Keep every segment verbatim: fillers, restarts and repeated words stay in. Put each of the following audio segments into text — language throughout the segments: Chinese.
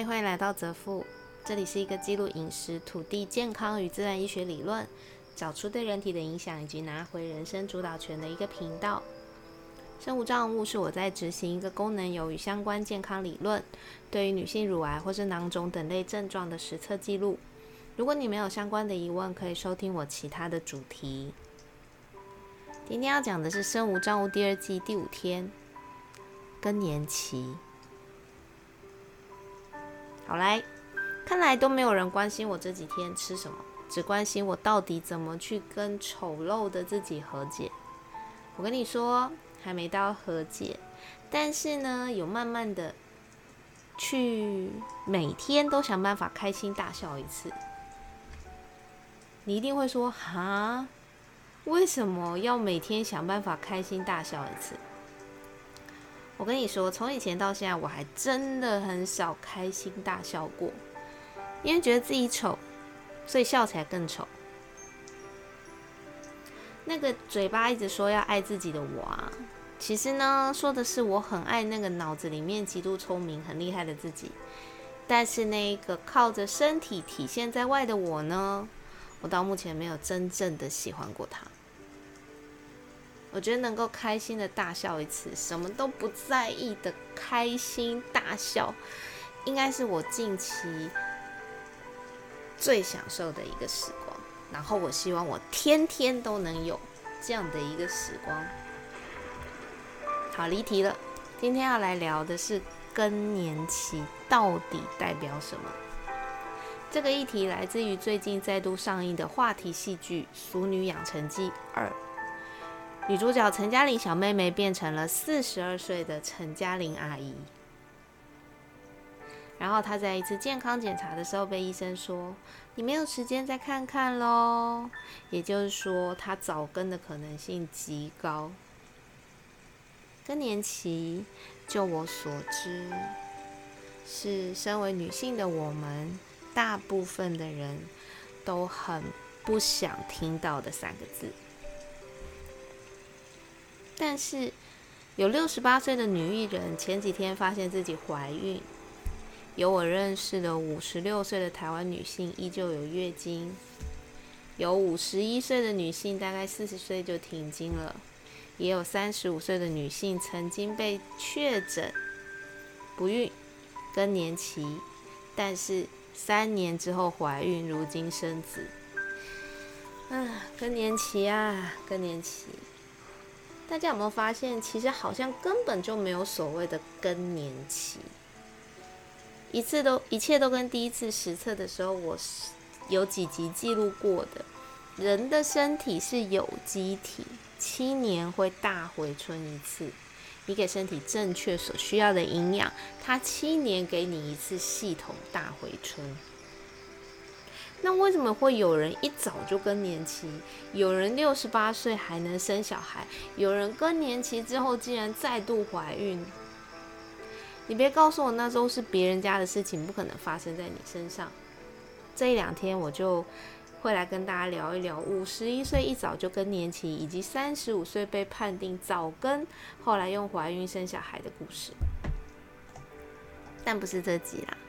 嗨，欢迎来到泽富，这里是一个记录饮食、土地、健康与自然医学理论，找出对人体的影响以及拿回人生主导权的一个频道。生无障物是我在执行一个功能有与相关健康理论，对于女性乳癌或是囊肿等类症状的实测记录。如果你没有相关的疑问，可以收听我其他的主题。今天要讲的是生无障物第二季第五天，更年期。好来，看来都没有人关心我这几天吃什么，只关心我到底怎么去跟丑陋的自己和解。我跟你说，还没到和解，但是呢，有慢慢的去每天都想办法开心大笑一次。你一定会说，哈，为什么要每天想办法开心大笑一次？我跟你说，从以前到现在，我还真的很少开心大笑过，因为觉得自己丑，所以笑起来更丑。那个嘴巴一直说要爱自己的我啊，其实呢，说的是我很爱那个脑子里面极度聪明、很厉害的自己。但是那个靠着身体体现在外的我呢，我到目前没有真正的喜欢过他。我觉得能够开心的大笑一次，什么都不在意的开心大笑，应该是我近期最享受的一个时光。然后我希望我天天都能有这样的一个时光。好，离题了。今天要来聊的是更年期到底代表什么？这个议题来自于最近再度上映的话题戏剧《俗女养成记二》。女主角陈嘉玲小妹妹变成了四十二岁的陈嘉玲阿姨，然后她在一次健康检查的时候被医生说：“你没有时间再看看咯。”也就是说，她早更的可能性极高。更年期，就我所知，是身为女性的我们，大部分的人都很不想听到的三个字。但是有六十八岁的女艺人前几天发现自己怀孕，有我认识的五十六岁的台湾女性依旧有月经，有五十一岁的女性大概四十岁就停经了，也有三十五岁的女性曾经被确诊不孕更年期，但是三年之后怀孕，如今生子。啊，更年期啊，更年期。大家有没有发现，其实好像根本就没有所谓的更年期，一次都一切都跟第一次实测的时候，我有几集记录过的，人的身体是有机体，七年会大回春一次。你给身体正确所需要的营养，它七年给你一次系统大回春。那为什么会有人一早就更年期？有人六十八岁还能生小孩，有人更年期之后竟然再度怀孕？你别告诉我那都是别人家的事情，不可能发生在你身上。这一两天我就会来跟大家聊一聊五十一岁一早就更年期，以及三十五岁被判定早更，后来用怀孕生小孩的故事。但不是这集啦。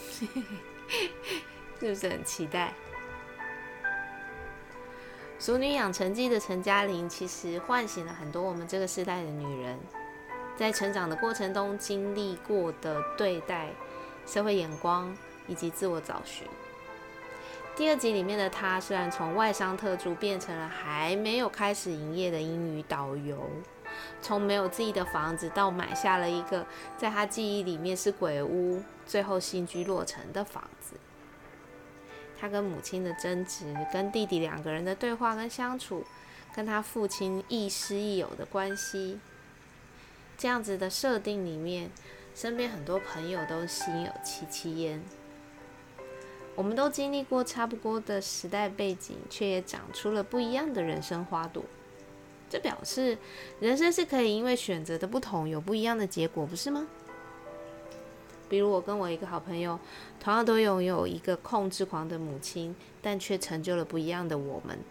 是不是很期待？《俗女养成记》的陈嘉玲其实唤醒了很多我们这个世代的女人，在成长的过程中经历过的对待、社会眼光以及自我找寻。第二集里面的她，虽然从外商特助变成了还没有开始营业的英语导游，从没有自己的房子到买下了一个在她记忆里面是鬼屋，最后新居落成的房子。他跟母亲的争执，跟弟弟两个人的对话跟相处，跟他父亲亦师亦友的关系，这样子的设定里面，身边很多朋友都心有戚戚焉。我们都经历过差不多的时代背景，却也长出了不一样的人生花朵。这表示人生是可以因为选择的不同，有不一样的结果，不是吗？比如我跟我一个好朋友，同样都拥有一个控制狂的母亲，但却成就了不一样的我们。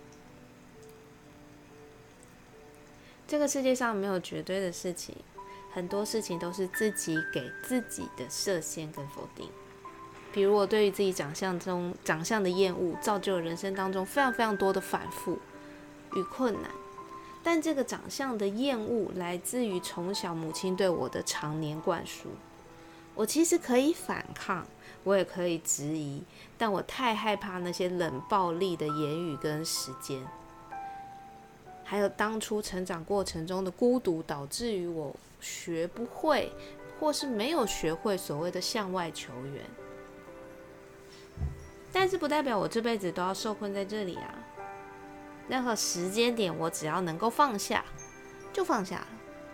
这个世界上没有绝对的事情， 很多事情都是自己给自己的设限跟否定。比如我对于自己长相中长相的厌恶，造就了人生当中非常非常多的反复与困难。但这个长相的厌恶来自于从小母亲对我的常年灌输。我其实可以反抗，我也可以质疑，但我太害怕那些冷暴力的言语跟时间，还有当初成长过程中的孤独，导致于我学不会，或是没有学会所谓的向外求援。但是不代表我这辈子都要受困在这里啊！任何时间点，我只要能够放下，就放下了。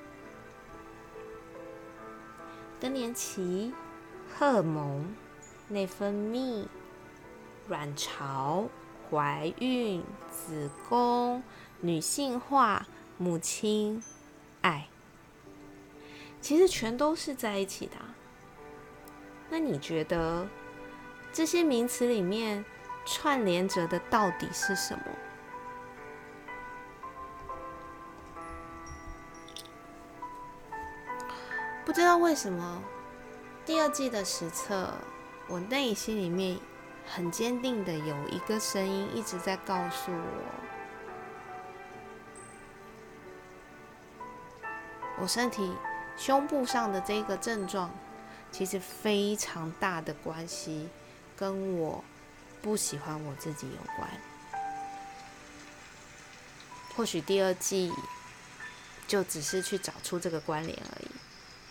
更年期、荷尔蒙、内分泌、卵巢、怀孕、子宫、女性化、母亲、爱，其实全都是在一起的啊。那你觉得这些名词里面串联着的到底是什么？不知道为什么，第二季的实测，我内心里面很坚定的有一个声音一直在告诉我，我身体胸部上的这个症状，其实非常大的关系跟我不喜欢我自己有关。或许第二季就只是去找出这个关联而已。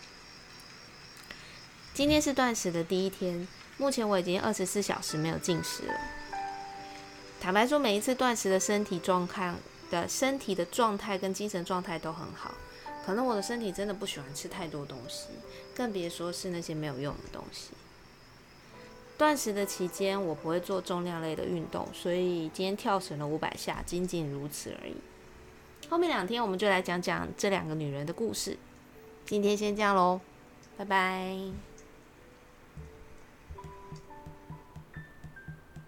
今天是断食的第一天，目前我已经二十四小时没有进食了。坦白说，每一次断食的身体状况的身体的状态跟精神状态都很好。可能我的身体真的不喜欢吃太多东西，更别说是那些没有用的东西。断食的期间，我不会做重量类的运动，所以今天跳绳了五百下，仅仅如此而已。后面两天我们就来讲讲这两个女人的故事。今天先这样咯，拜拜。